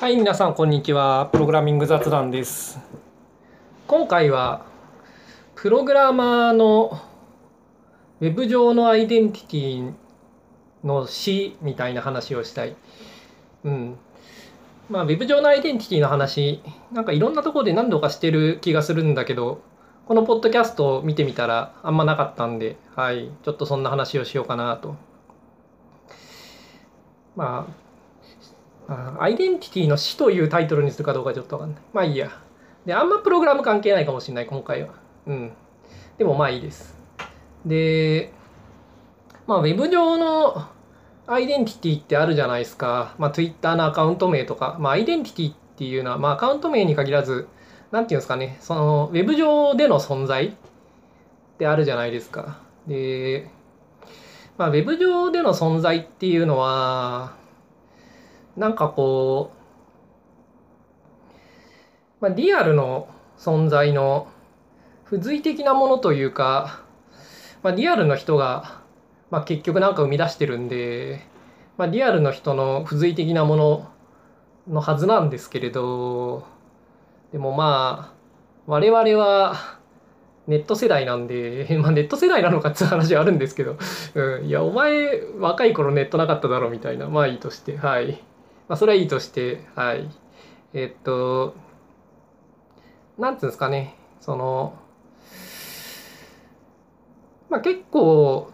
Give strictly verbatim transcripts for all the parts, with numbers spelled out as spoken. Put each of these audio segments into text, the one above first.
はい、皆さん、こんにちは。プログラミング雑談です。今回は、プログラマーのウェブ上のアイデンティティの死みたいな話をしたい。うん。まあ、ウェブ上のアイデンティティの話、なんかいろんなところで何度かしてる気がするんだけど、このポッドキャストを見てみたらあんまなかったんで、はい、ちょっとそんな話をしようかなと。まあ、アイデンティティの死というタイトルにするかどうかちょっとわかんない。まあいいや。で、あんまプログラム関係ないかもしれない、今回は。うん。でもまあいいです。で、まあ、ウェブ上のアイデンティティってあるじゃないですか。まあ、Twitter のアカウント名とか、まあ、アイデンティティっていうのは、まあ、アカウント名に限らず、なんていうんですかね、その、ウェブ上での存在ってあるじゃないですか。で、まあ、ウェブ上での存在っていうのは、なんかこう、まあ、リアルの存在の付随的なものというか、まあ、リアルの人が、まあ、結局なんか生み出してるんで、まあ、リアルの人の付随的なもののはずなんですけれど、でもまあ、我々はネット世代なんで、まあ、ネット世代なのかっていう話はあるんですけど、うん、いや、お前、若い頃ネットなかっただろみたいな、まあいいとして、はい。まあ、それはいいとして、はい。えっと、なんつうんですかね、その、まあ結構、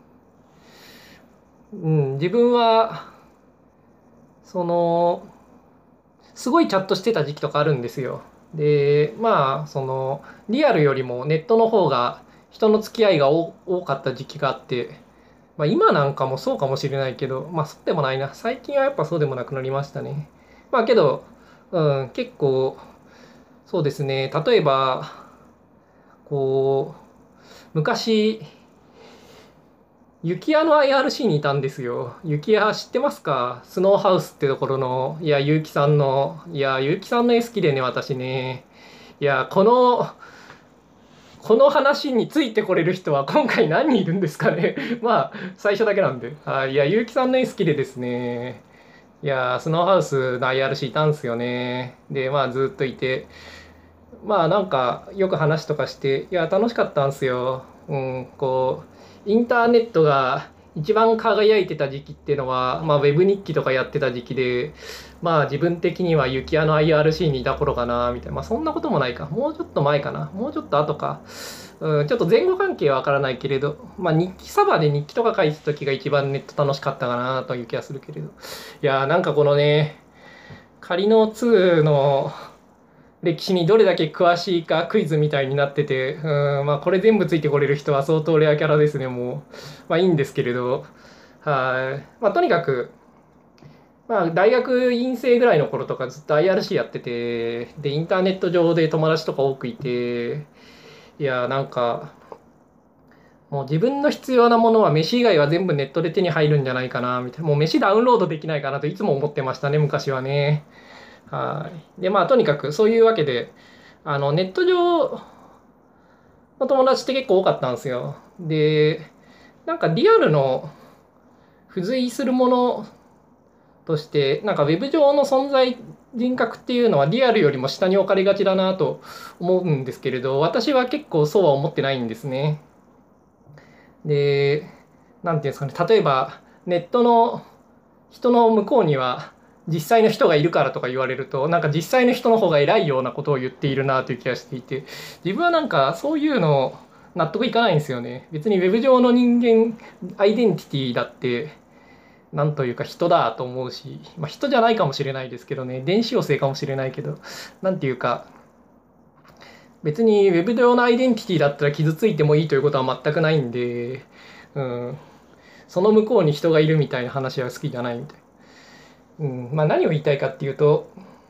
うん、自分は、その、すごいチャットしてた時期とかあるんですよ。で、まあ、その、リアルよりもネットの方が人の付き合いが多多かった時期があって、まあ今なんかもそうかもしれないけど、まあそうでもないな。最近はやっぱそうでもなくなりましたね。まあけど、うん、結構、そうですね。例えば、こう、昔、雪屋の アイアールシー にいたんですよ。雪屋知ってますか？スノーハウスってところの、いや、結城さんの、いや、結城さんの絵好きでね、私ね。いや、この、この話についてこれる人は今回何人いるんですかね。まあ、最初だけなんで。あ、いや、結城さんの絵好きでですね。いや、スノーハウスの アイアールシー いたんですよね。で、まあ、ずっといて。まあ、なんか、よく話とかして、いや、楽しかったんですよ。うん、こう、インターネットが一番輝いてた時期っていうのは、まあ、ウェブ日記とかやってた時期で、まあ、自分的には雪屋の アイアールシー にいた頃かな、みたいな。まあ、そんなこともないか。もうちょっと前かな。もうちょっと後か。うん、ちょっと前後関係はわからないけれど、まあ、日記サバで日記とか書いてた時が一番ネット楽しかったかな、という気がするけれど。いやー、なんかこのね、仮のにの、歴史にどれだけ詳しいかクイズみたいになってて、うん、まあこれ全部ついてこれる人は相当レアキャラですね、もう。まあいいんですけれど、はい。まあとにかく、まあ大学院生ぐらいの頃とかずっと アイアールシー やってて、で、インターネット上で友達とか多くいて、いや、なんか、もう自分の必要なものは飯以外は全部ネットで手に入るんじゃないかな、みたいな。もう飯ダウンロードできないかなといつも思ってましたね、昔はね。はい。で、まあとにかくそういうわけで、あの、ネット上の友達って結構多かったんですよ。で、なんかリアルの付随するものとして、なんかウェブ上の存在人格っていうのはリアルよりも下に置かれがちだなと思うんですけれど、私は結構そうは思ってないんですね。で、なんていうんですかね、例えばネットの人の向こうには実際の人がいるからとか言われると、なんか実際の人の方が偉いようなことを言っているなという気がしていて、自分はなんかそういうの納得いかないんですよね。別にウェブ上の人間アイデンティティだって、なんというか人だと思うし、まあ、人じゃないかもしれないですけどね、電子陽性かもしれないけど、なんていうか、別にウェブ上のアイデンティティだったら傷ついてもいいということは全くないんで、うん、その向こうに人がいるみたいな話は好きじゃないみたい。うん、まあ何を言いたいかっていうと、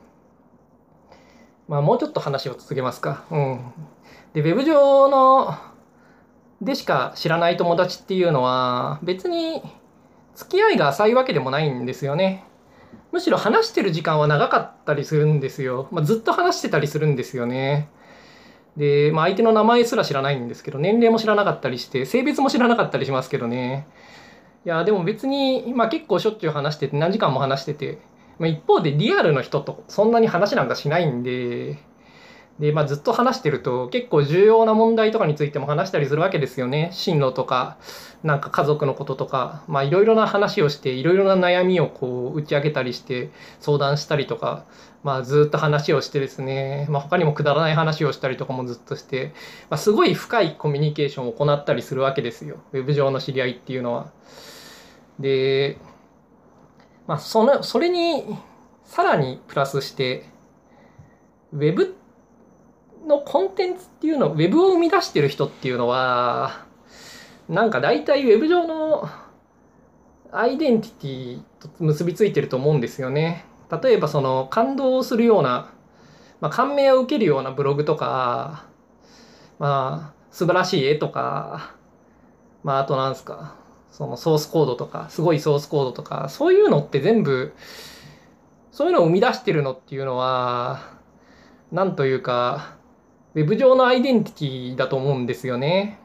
まあもうちょっと話を続けますか。うん。で、ウェブ上のでしか知らない友達っていうのは別に付き合いが浅いわけでもないんですよね。むしろ話してる時間は長かったりするんですよ。まあ、ずっと話してたりするんですよね。で、まあ相手の名前すら知らないんですけど、年齢も知らなかったりして、性別も知らなかったりしますけどね。いや、でも別に、まあ結構しょっちゅう話してて、何時間も話してて、 まあ、一方でリアルの人とそんなに話なんかしないんで、で、まあ、ずっと話してると結構重要な問題とかについても話したりするわけですよね。進路とか、なんか家族のこととか、まあいろいろな話をして、いろいろな悩みをこう打ち明けたりして相談したりとか、まあずっと話をしてですね、まあ他にもくだらない話をしたりとかもずっとして、まあ、すごい深いコミュニケーションを行ったりするわけですよ。ウェブ上の知り合いっていうのは。で、まあその、それにさらにプラスして、ウェブのコンテンツっていうの、ウェブを生み出してる人っていうのは、なんか大体ウェブ上のアイデンティティと結びついてると思うんですよね。例えばその感動するような、まあ、感銘を受けるようなブログとか、まあ素晴らしい絵とか、まああとなんですか、そのソースコードとか、すごいソースコードとか、そういうのって全部、そういうのを生み出してるのっていうのは、なんというか、ウェブ上のアイデンティティだと思うんですよね。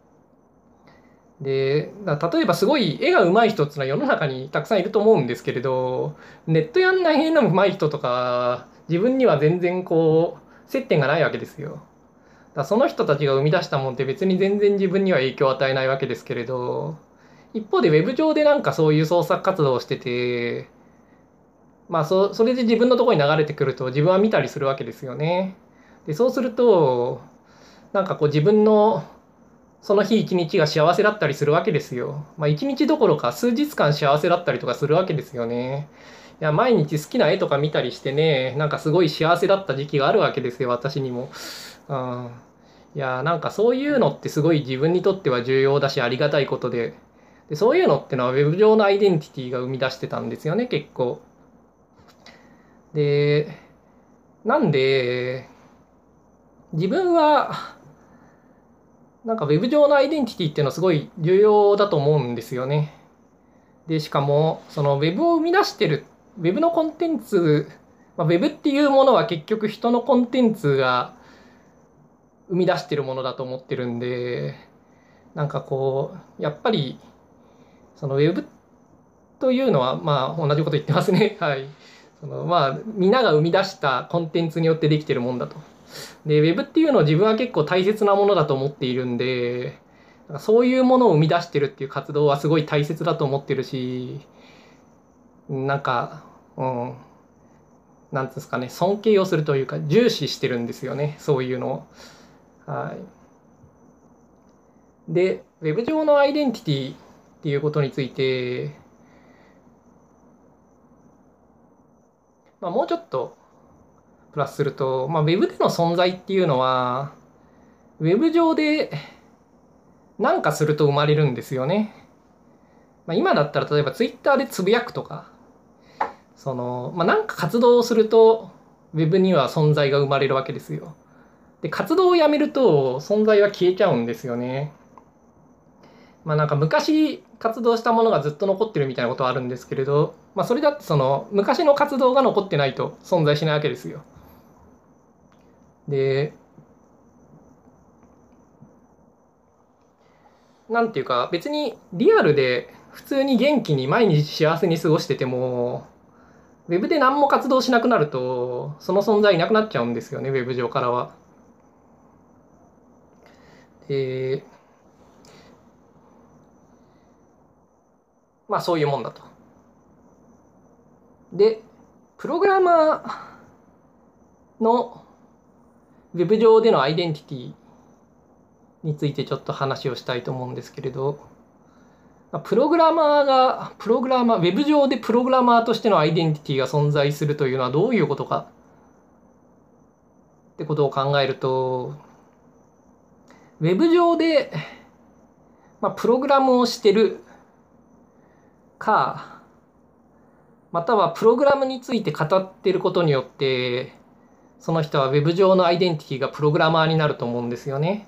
で、例えばすごい絵が上手い人っていうのは世の中にたくさんいると思うんですけれど、ネットやんないの上手い人とか、自分には全然こう、接点がないわけですよ。だからその人たちが生み出したもんって別に全然自分には影響を与えないわけですけれど、一方でウェブ上でなんかそういう創作活動をしてて、まあそ、それで自分のところに流れてくると自分は見たりするわけですよね。で、そうすると、なんかこう自分のその日一日が幸せだったりするわけですよ。まあ一日どころか数日間幸せだったりとかするわけですよね。いや、毎日好きな絵とか見たりしてね、なんかすごい幸せだった時期があるわけですよ、私にも。うん、いや、なんかそういうのってすごい自分にとっては重要だしありがたいことで、で、そういうのってのはウェブ上のアイデンティティが生み出してたんですよね、結構。で、なんで、自分は、なんかウェブ上のアイデンティティっていうのはすごい重要だと思うんですよね。で、しかも、そのウェブを生み出してる、ウェブのコンテンツ、まあ、ウェブっていうものは結局人のコンテンツが生み出してるものだと思ってるんで、なんかこう、やっぱり、そのウェブというのは、まあ同じこと言ってますね。はい。そのまあ、皆が生み出したコンテンツによってできてるもんだと。で、ウェブっていうのは自分は結構大切なものだと思っているんで、なんかそういうものを生み出してるっていう活動はすごい大切だと思ってるし、なんか、うん、なんていうんですかね、尊敬をするというか、重視してるんですよね、そういうのを。はい。で、ウェブ上のアイデンティティっていうことについて、まあ、もうちょっとプラスすると、まあ、ウェブでの存在っていうのは、ウェブ上で何かすると生まれるんですよね。まあ、今だったら例えばツイッターでつぶやくとか、その、まあ、なんか活動をすると、ウェブには存在が生まれるわけですよ。で、活動をやめると存在は消えちゃうんですよね。まあなんか昔活動したものがずっと残ってるみたいなことはあるんですけれど、まあそれだってその昔の活動が残ってないと存在しないわけですよ。で、なんていうか別にリアルで普通に元気に毎日幸せに過ごしてても、ウェブで何も活動しなくなると、その存在いなくなっちゃうんですよね、ウェブ上からは。で、まあそういうもんだと。で、プログラマーのウェブ上でのアイデンティティについてちょっと話をしたいと思うんですけれど、プログラマーが、プログラマー、ウェブ上でプログラマーとしてのアイデンティティが存在するというのはどういうことかってことを考えると、ウェブ上で、まあ、プログラムをしてるか、またはプログラムについて語っていることによって、その人はウェブ上のアイデンティティがプログラマーになると思うんですよね。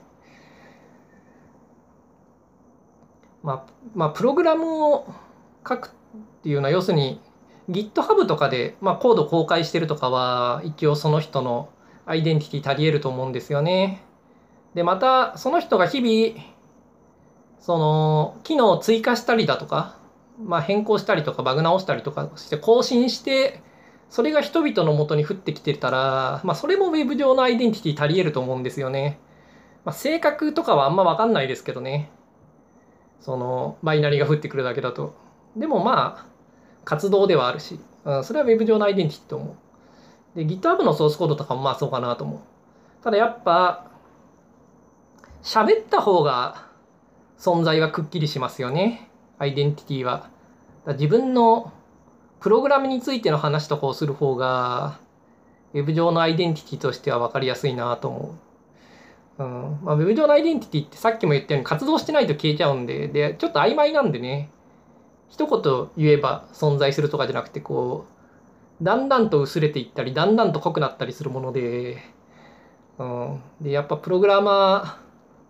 まあ、まあ、プログラムを書くっていうのは要するに GitHub とかで、まあ、コード公開してるとかは一応その人のアイデンティティ足り得ると思うんですよね。で、またその人が日々その機能を追加したりだとか、まあ、変更したりとかバグ直したりとかして更新してそれが人々のもとに降ってきてたら、まあ、それもウェブ上のアイデンティティ足り得ると思うんですよね。まあ、性格とかはあんま分かんないですけどね。そのバイナリが降ってくるだけだと。でもまあ活動ではあるし、うん、それはウェブ上のアイデンティティと思う。で GitHub のソースコードとかもまあそうかなと思う。ただやっぱ喋った方が存在はくっきりしますよね、アイデンティティは。だ自分のプログラムについての話とかをする方がウェブ上のアイデンティティとしては分かりやすいなと思う。うんまあ、ウェブ上のアイデンティティってさっきも言ったように活動してないと消えちゃうんで、でちょっと曖昧なんでね、一言言えば存在するとかじゃなくて、こうだんだんと薄れていったりだんだんと濃くなったりするもので、うん、でやっぱプログラマ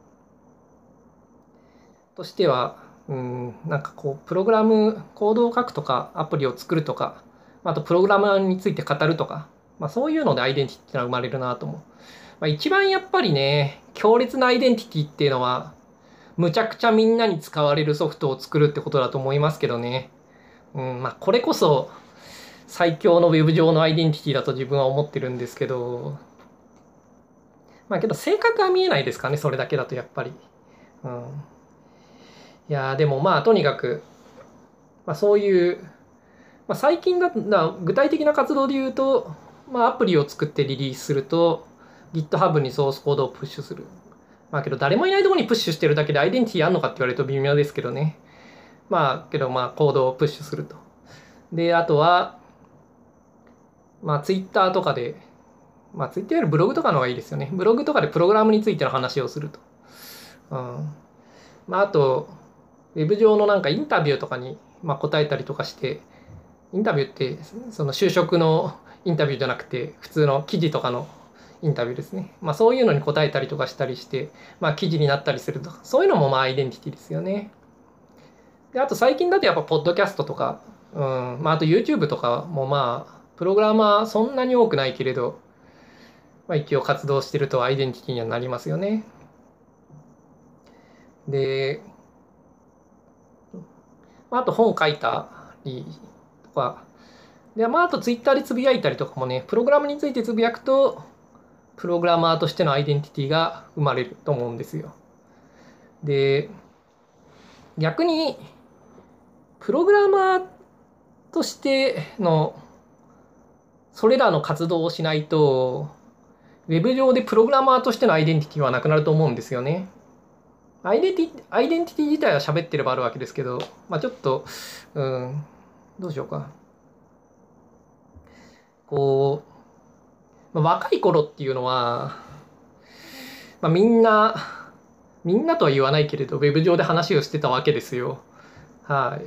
ーとしては、うん、なんかこうプログラムコードを書くとかアプリを作るとか、あとプログラマーについて語るとか、まあ、そういうのでアイデンティティってのは生まれるなと思う。まあ、一番やっぱりね強烈なアイデンティティっていうのはむちゃくちゃみんなに使われるソフトを作るってことだと思いますけどね。うんまあ、これこそ最強のウェブ上のアイデンティティだと自分は思ってるんですけど、まあけど性格は見えないですかね、それだけだとやっぱり。うん、いやでもまあとにかく、まあ、そういう、まあ、最近だと具体的な活動で言うと、まあ、アプリを作ってリリースすると GitHub にソースコードをプッシュする。まあけど誰もいないところにプッシュしてるだけでアイデンティティあるのかって言われると微妙ですけどね。まあけどまあコードをプッシュすると。であとはまあ Twitter とかで、まあ Twitter よりブログとかの方がいいですよね。ブログとかでプログラムについての話をすると。うん、まああとウェブ上のなんかインタビューとかにまあ答えたりとかして、インタビューってその就職のインタビューじゃなくて普通の記事とかのインタビューですね。まあそういうのに答えたりとかしたりして、まあ記事になったりするとか、そういうのもまあアイデンティティですよね。で、あと最近だとやっぱポッドキャストとか、うん、まああと YouTube とかもまあプログラマーそんなに多くないけれど、まあ一応活動してるとアイデンティティにはなりますよね。で、あと本書いたりとか、で、まああとツイッターでつぶやいたりとかもね、プログラムについてつぶやくと、プログラマーとしてのアイデンティティが生まれると思うんですよ。で、逆に、プログラマーとしての、それらの活動をしないと、ウェブ上でプログラマーとしてのアイデンティティはなくなると思うんですよね。アイデンティティ、アイデンティティ自体は喋ってればあるわけですけど、まあちょっと、うん、どうしようか。こう、まあ、若い頃っていうのは、まあ、みんな、みんなとは言わないけれど、ウェブ上で話をしてたわけですよ。はい。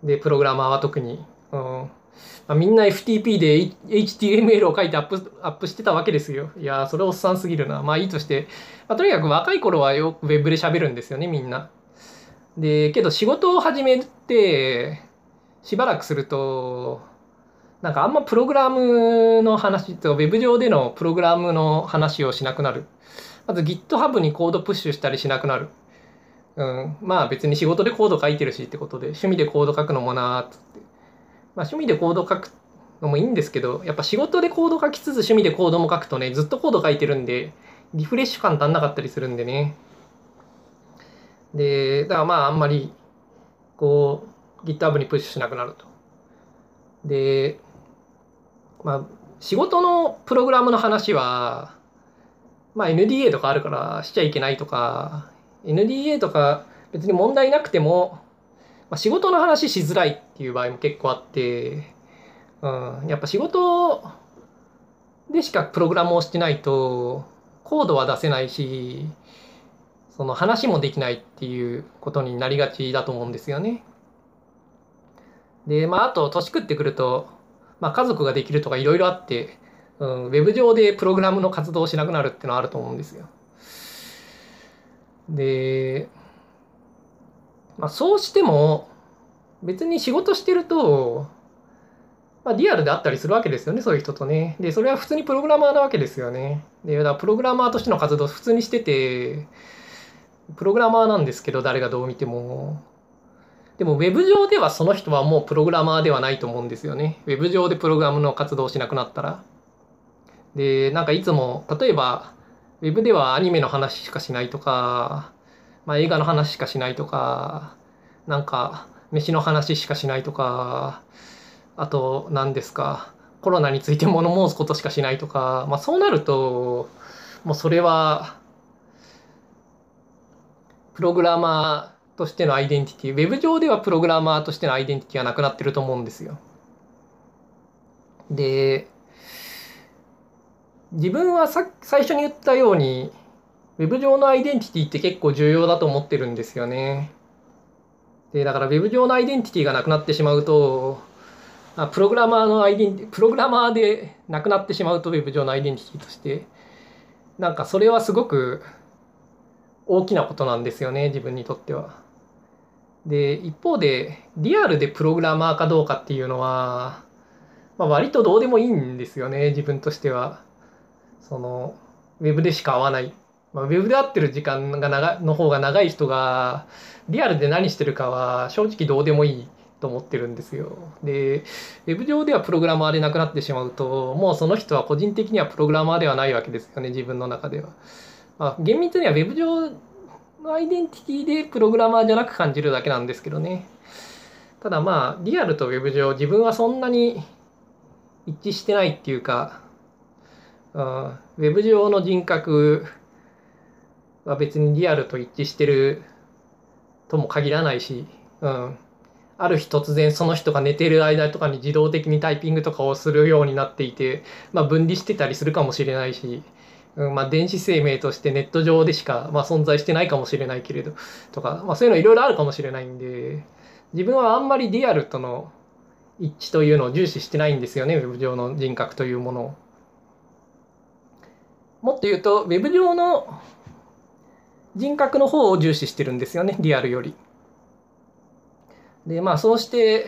で、プログラマーは特に。うんまあ、みんな エフティーピー で エイチティーエムエル を書いてアップ、アップしてたわけですよ。いやー、それおっさんすぎるな。まあいいとして、まあ、とにかく若い頃はよくウェブで喋るんですよね、みんな。で、けど仕事を始めて、しばらくすると、なんかあんまプログラムの話とか、ウェブ上でのプログラムの話をしなくなる。まず GitHub にコードプッシュしたりしなくなる。うん、まあ別に仕事でコード書いてるしってことで、趣味でコード書くのもなーっつって。まあ趣味でコード書くのもいいんですけど、やっぱ仕事でコード書きつつ趣味でコードも書くとね、ずっとコード書いてるんで、リフレッシュ感足んなかったりするんでね。で、だからまああんまり、こう、GitHub にプッシュしなくなると。で、まあ仕事のプログラムの話は、まあ エヌディーエー とかあるからしちゃいけないとか、エヌディーエー とか別に問題なくても、まあ、仕事の話しづらいっていう場合も結構あって、うん、やっぱ仕事でしかプログラムをしてないと、コードは出せないし、その話もできないっていうことになりがちだと思うんですよね。で、まあ、あと、年食ってくると、まあ、家族ができるとかいろいろあって、うん、ウェブ上でプログラムの活動をしなくなるっていうのはあると思うんですよ。で、まあ、そうしても、別に仕事してると、まあ、リアルであったりするわけですよね、そういう人とね。で、それは普通にプログラマーなわけですよね。で、だからプログラマーとしての活動を普通にしてて、プログラマーなんですけど、誰がどう見ても。 でもウェブ上ではその人はもうプログラマーではないと思うんですよね。ウェブ上でプログラムの活動をしなくなったら。で、なんかいつも、例えば、ウェブではアニメの話しかしないとか、まあ、映画の話しかしないとか、なんか飯の話しかしないとか、あと何ですか、コロナについて物申すことしかしないとか、まあ、そうなると、もうそれは、プログラマーとしてのアイデンティティ、ウェブ上ではプログラマーとしてのアイデンティティがなくなってると思うんですよ。で、自分はさ最初に言ったように、ウェブ上のアイデンティティって結構重要だと思ってるんですよね。で、だからウェブ上のアイデンティティがなくなってしまうと、あプログラマーのアイデンティプログラマーでなくなってしまうと、ウェブ上のアイデンティティとして、なんかそれはすごく大きなことなんですよね、自分にとっては。で、一方で、リアルでプログラマーかどうかっていうのは、まあ、割とどうでもいいんですよね、自分としては。その、ウェブでしか会わない。まあ、ウェブで会ってる時間が長の方が長い人が、リアルで何してるかは正直どうでもいいと思ってるんですよ。で、ウェブ上ではプログラマーでなくなってしまうと、もうその人は個人的にはプログラマーではないわけですよね、自分の中では。まあ、厳密にはウェブ上のアイデンティティでプログラマーじゃなく感じるだけなんですけどね。ただまあ、リアルとウェブ上、自分はそんなに一致してないっていうか、うん、ウェブ上の人格は別にリアルと一致してるとも限らないし、うん、ある日突然その人が寝てる間とかに自動的にタイピングとかをするようになっていて、まあ、分離してたりするかもしれないし、うんまあ、電子生命としてネット上でしか、まあ、存在してないかもしれないけれどとか、まあ、そういうのいろいろあるかもしれないんで、自分はあんまりリアルとの一致というのを重視してないんですよね、ウェブ上の人格というものを。もっと言うと、ウェブ上の人格の方を重視してるんですよね、リアルより。で、まあそうして、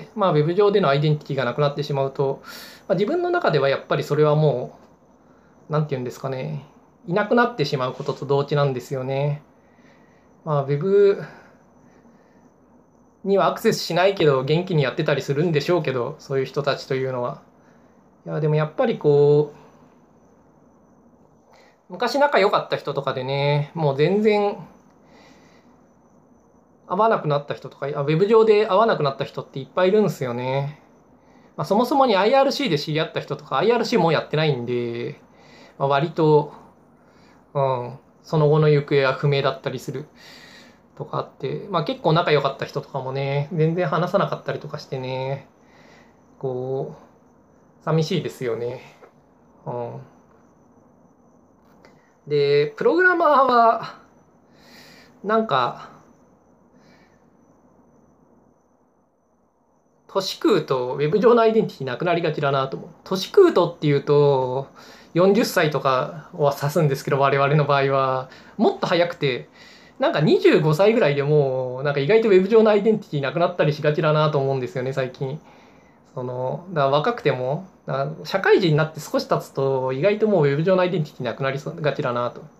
まあウェブ上でのアイデンティティがなくなってしまうと、まあ、自分の中ではやっぱりそれはもう、なんて言うんですかね、いなくなってしまうことと同時なんですよね。まあウェブにはアクセスしないけど、元気にやってたりするんでしょうけど、そういう人たちというのは。いや、でもやっぱりこう、昔仲良かった人とかでね、もう全然会わなくなった人とか、あウェブ上で会わなくなった人っていっぱいいるんですよね。まあ、そもそもに アイアールシー で知り合った人とか、アイアールシー もうやってないんで、まあ、割と、うん、その後の行方は不明だったりするとかあって、まあ結構仲良かった人とかもね、全然話さなかったりとかしてね、こう、寂しいですよね。うん。で、プログラマーは、なんか、年食うとウェブ上のアイデンティティなくなりがちだなと思う。年食うとっていうと、よんじゅっさいとかは指すんですけど、我々の場合は、もっと早くて、なんかにじゅうごさいぐらいでもう、なんか意外とウェブ上のアイデンティティなくなったりしがちだなと思うんですよね、最近。その、だから若くても、だから社会人になって少し経つと、意外ともうウェブ上のアイデンティティなくなりがちだなと。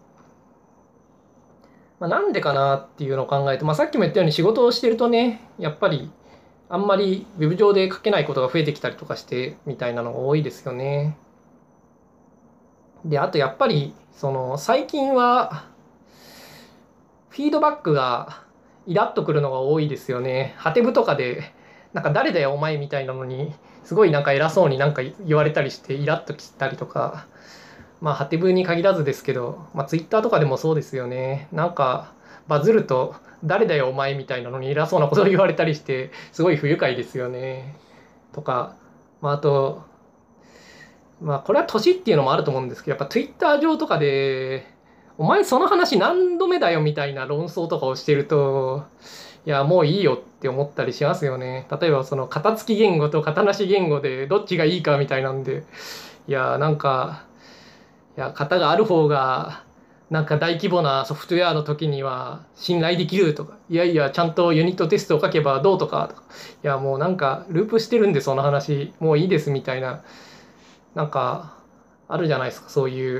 まあ、なんでかなっていうのを考えて、まあ、さっきも言ったように仕事をしてるとね、やっぱりあんまりウェブ上で書けないことが増えてきたりとかしてみたいなのが多いですよね。で、あとやっぱり、その最近はフィードバックがイラッとくるのが多いですよね。ハテブとかで、なんか誰だよお前みたいなのに、すごいなんか偉そうになんか言われたりしてイラッときたりとか、まあ、ハテブに限らずですけど、まあ、ツイッターとかでもそうですよね。なんか、バズると、誰だよお前みたいなのに偉そうなことを言われたりして、すごい不愉快ですよね。とか、まあ、あと、まあ、これは年っていうのもあると思うんですけど、やっぱツイッター上とかで、お前その話何度目だよみたいな論争とかをしてると、いや、もういいよって思ったりしますよね。例えば、その、型付き言語と型なし言語でどっちがいいかみたいなんで、いや、なんか、いや、型がある方が、なんか大規模なソフトウェアの時には信頼できるとか、いやいや、ちゃんとユニットテストを書けばどうとか、とかいや、もうなんかループしてるんで、その話、もういいですみたいな、なんか、あるじゃないですか、そういう。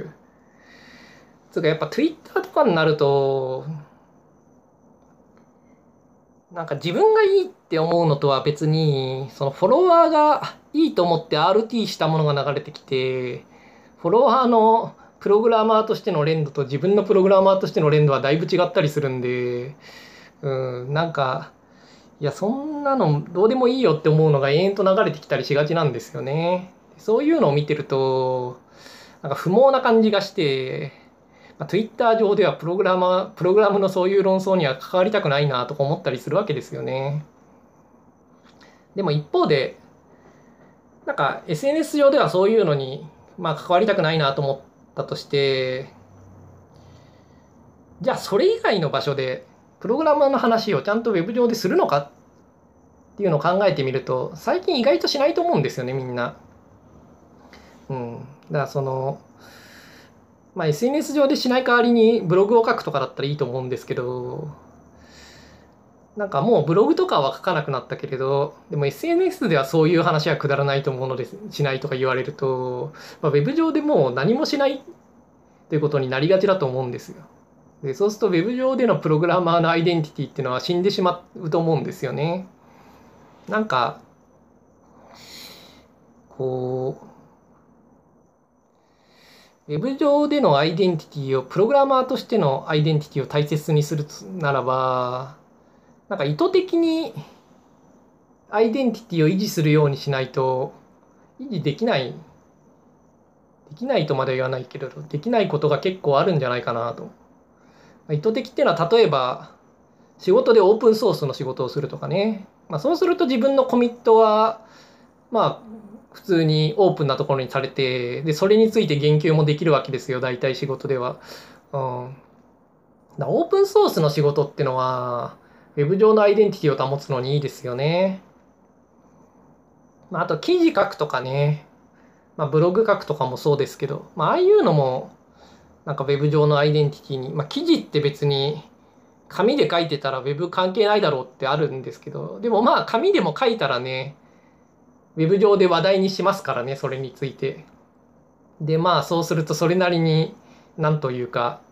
つうか、やっぱ Twitter とかになると、 なんか自分がいいって思うのとは別に、そのフォロワーがいいと思って アールティー したものが流れてきて、フォロワーのプログラマーとしての連度と自分のプログラマーとしての連度はだいぶ違ったりするんで、うん、なんか、いや、そんなのどうでもいいよって思うのが延々と流れてきたりしがちなんですよね。そういうのを見てると、なんか不毛な感じがして、まあ、Twitter 上ではプログラマー、プログラムのそういう論争には関わりたくないなとか思ったりするわけですよね。でも一方で、なんか エスエヌエス 上ではそういうのに、まあ、関わりたくないなと思ったとして、じゃあそれ以外の場所でプログラマーの話をちゃんとウェブ上でするのかっていうのを考えてみると、最近意外としないと思うんですよね、みんな。うん。だからその、まあ、エスエヌエス 上でしない代わりにブログを書くとかだったらいいと思うんですけど、なんかもうブログとかは書かなくなったけれど、でも エスエヌエス ではそういう話はくだらないと思うのです、しないとか言われると、まあ、ウェブ上でもう何もしないということになりがちだと思うんですよ。で、そうするとウェブ上でのプログラマーのアイデンティティっていうのは死んでしまうと思うんですよね。なんか、こう、ウェブ上でのアイデンティティを、プログラマーとしてのアイデンティティを大切にするならば、なんか意図的にアイデンティティを維持するようにしないと、維持できない、できないとまでは言わないけれど、できないことが結構あるんじゃないかなと。意図的っていうのは、例えば、仕事でオープンソースの仕事をするとかね。まあ、そうすると自分のコミットは、まあ、普通にオープンなところにされて、で、それについて言及もできるわけですよ、大体仕事では。うん。だオープンソースの仕事ってのは、ウェブ上のアイデンティティを保つのにいいですよね。まあ、あと記事書くとかね、まあ、ブログ書くとかもそうですけど、まあ、ああいうのも、なんかウェブ上のアイデンティティに、まあ、記事って別に紙で書いてたらウェブ関係ないだろうってあるんですけど、でもまあ紙でも書いたらね、ウェブ上で話題にしますからね、それについて。で、まあそうするとそれなりに、なんというか、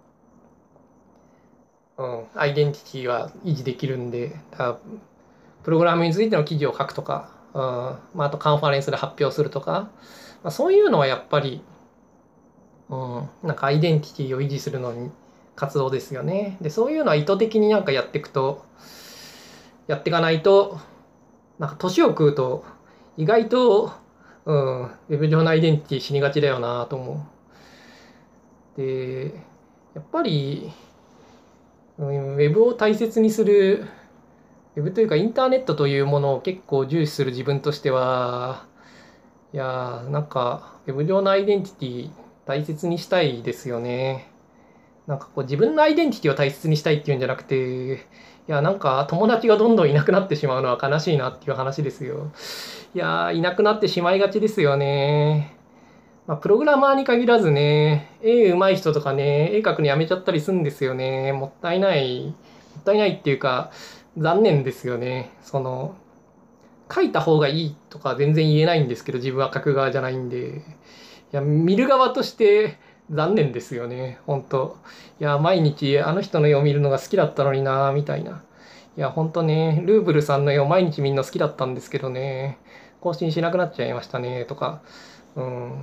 うん、アイデンティティは維持できるんで、だからプログラムについての記事を書くとか、うん、まあ、あとカンファレンスで発表するとか、まあ、そういうのはやっぱり、うん、なんかアイデンティティを維持するのに活動ですよね。で、そういうのは意図的になんかやっていくと、やっていかないと、なんか年を食うと、意外と、うん、ウェブ上のアイデンティティ死にがちだよなと思う。で、やっぱり、うん、ウェブを大切にする、ウェブというかインターネットというものを結構重視する自分としては、いやー、なんか、ウェブ上のアイデンティティ大切にしたいですよね。なんかこう自分のアイデンティティを大切にしたいっていうんじゃなくて、いや、なんか友達がどんどんいなくなってしまうのは悲しいなっていう話ですよ。いやー、いなくなってしまいがちですよね。まあ、プログラマーに限らずね、絵上手い人とかね、絵描くのやめちゃったりするんですよね。もったいない。もったいないっていうか、残念ですよね。その、書いた方がいいとか全然言えないんですけど、自分は書く側じゃないんで。いや、見る側として残念ですよね。本当いや、毎日あの人の絵を見るのが好きだったのにな、みたいな。いや、本当ね、ルーブルさんの絵を毎日見るの好きだったんですけどね、更新しなくなっちゃいましたね、とか。うん。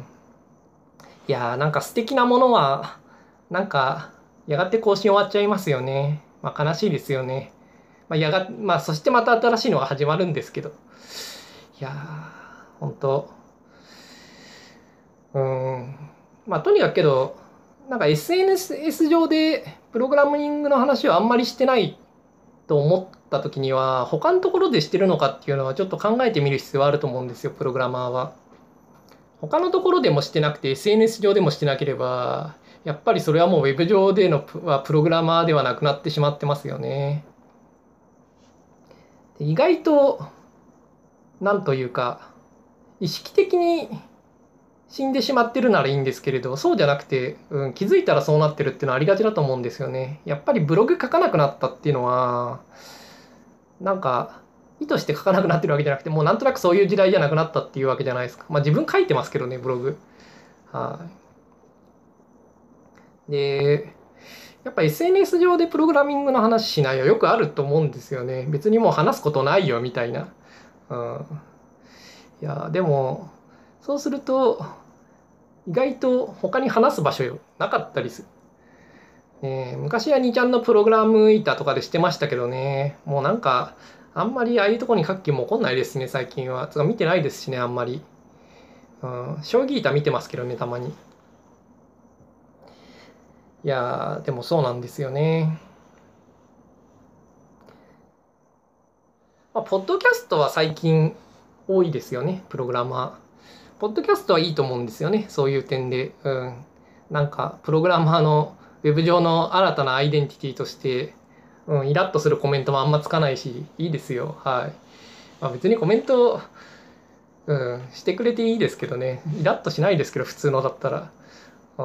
いやー、なんか素敵なものは、なんか、やがて更新終わっちゃいますよね。まあ悲しいですよね。まあ、やが、まあそしてまた新しいのが始まるんですけど。いやー、本当うーん。まあとにかくけど、なんか エスエヌエス 上でプログラミングの話をあんまりしてないと思った時には、他のところでしてるのかっていうのはちょっと考えてみる必要はあると思うんですよ、プログラマーは。他のところでもしてなくて エスエヌエス 上でもしてなければ、やっぱりそれはもうウェブ上でのプはプログラマーではなくなってしまってますよね。で意外と、なんというか、意識的に死んでしまってるならいいんですけれど、そうじゃなくて、うん、気づいたらそうなってるっていうのはありがちだと思うんですよね。やっぱりブログ書かなくなったっていうのは、なんか、意図して書かなくなってるわけじゃなくて、もうなんとなくそういう時代じゃなくなったっていうわけじゃないですか。まあ自分書いてますけどね、ブログ。はい。で、 やっぱ エスエヌエス 上でプログラミングの話しないよ。よくあると思うんですよね。別にもう話すことないよみたいな。うん。いや、でも、そうすると、意外と他に話す場所なかったりする。ね、昔はにちゃんのプログラム板とかでしてましたけどね。もうなんか、あんまりああいうとこに書く気も起こんないですね、最近は。つか見てないですしね、あんまり。うん、将棋板見てますけどね、たまに。いやー、でもそうなんですよね。まあ、ポッドキャストは最近多いですよね、プログラマー。ポッドキャストはいいと思うんですよね、そういう点で。うん。なんか、プログラマーのウェブ上の新たなアイデンティティとして、うん、イラッとするコメントもあんまつかないし、いいですよ。はい。まあ、別にコメント、うん、してくれていいですけどね。イラッとしないですけど、普通のだったら。うん。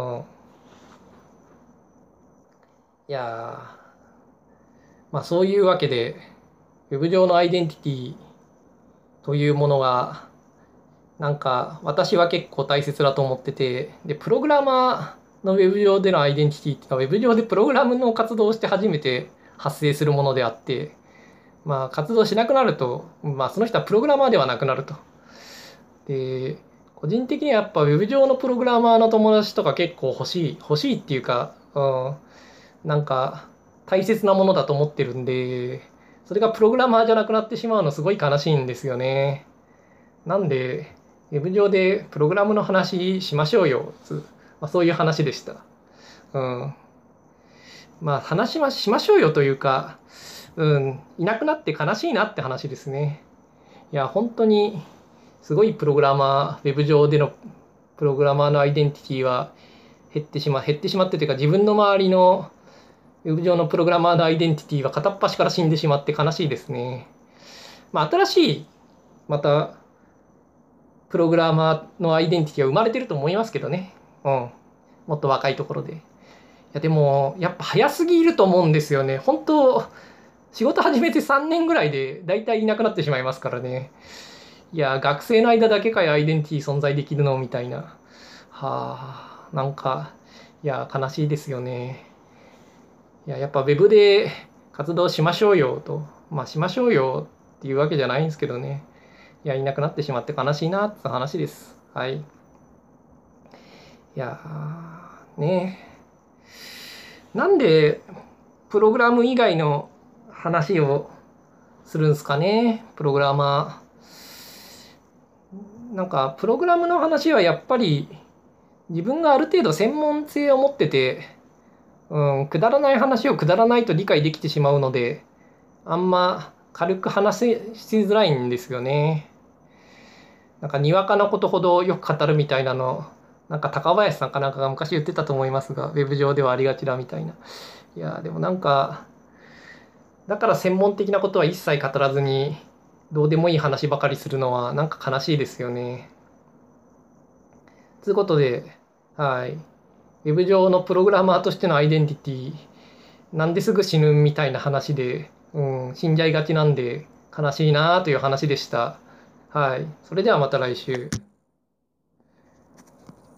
いやー、まあそういうわけで、ウェブ上のアイデンティティというものが、なんか私は結構大切だと思ってて、で、プログラマーのウェブ上でのアイデンティティっていうのは、ウェブ上でプログラムの活動をして初めて発生するものであって、まあ活動しなくなると、まあその人はプログラマーではなくなると。で、個人的にはやっぱウェブ上のプログラマーの友達とか結構欲しい、欲しいっていうか、うん、なんか大切なものだと思ってるんで、それがプログラマーじゃなくなってしまうのすごい悲しいんですよね。なんで、ウェブ上でプログラムの話しましょうよ。つまあ、そういう話でした。うん。まあ話しましましょうよというか、うん、いなくなって悲しいなって話ですね。いや、本当にすごいプログラマー、ウェブ上でのプログラマーのアイデンティティは減ってしま、減ってしまってというか、自分の周りのウェブ上のプログラマーのアイデンティティは片っ端から死んでしまって悲しいですね。まあ、新しい、また、プログラマーのアイデンティティは生まれてると思いますけどね。うん。もっと若いところで。いや、でも、やっぱ早すぎると思うんですよね。本当、仕事始めてさんねんぐらいで大体いなくなってしまいますからね。いや、学生の間だけかよ、アイデンティティ存在できるのみたいな。はあ、なんか、いや、悲しいですよね。いや、やっぱ Web で活動しましょうよと。まあ、しましょうよっていうわけじゃないんですけどね。いや、いなくなってしまって悲しいなって話です。はい。いやー、ね。なんで、プログラム以外の話をするんですかね、プログラマー。なんか、プログラムの話はやっぱり、自分がある程度専門性を持ってて、うん、くだらない話をくだらないと理解できてしまうので、あんま軽く話しづらいんですよね。なんかにわかなことほどよく語るみたいなの、なんか高林さんかなんかが昔言ってたと思いますが、ウェブ上ではありがちだみたいな。いや、でもなんか、だから専門的なことは一切語らずに、どうでもいい話ばかりするのはなんか悲しいですよね。ということで、はい。ウェブ上のプログラマーとしてのアイデンティティ、なんですぐ死ぬみたいな話で、うん、死んじゃいがちなんで悲しいなという話でした。はい。それではまた来週。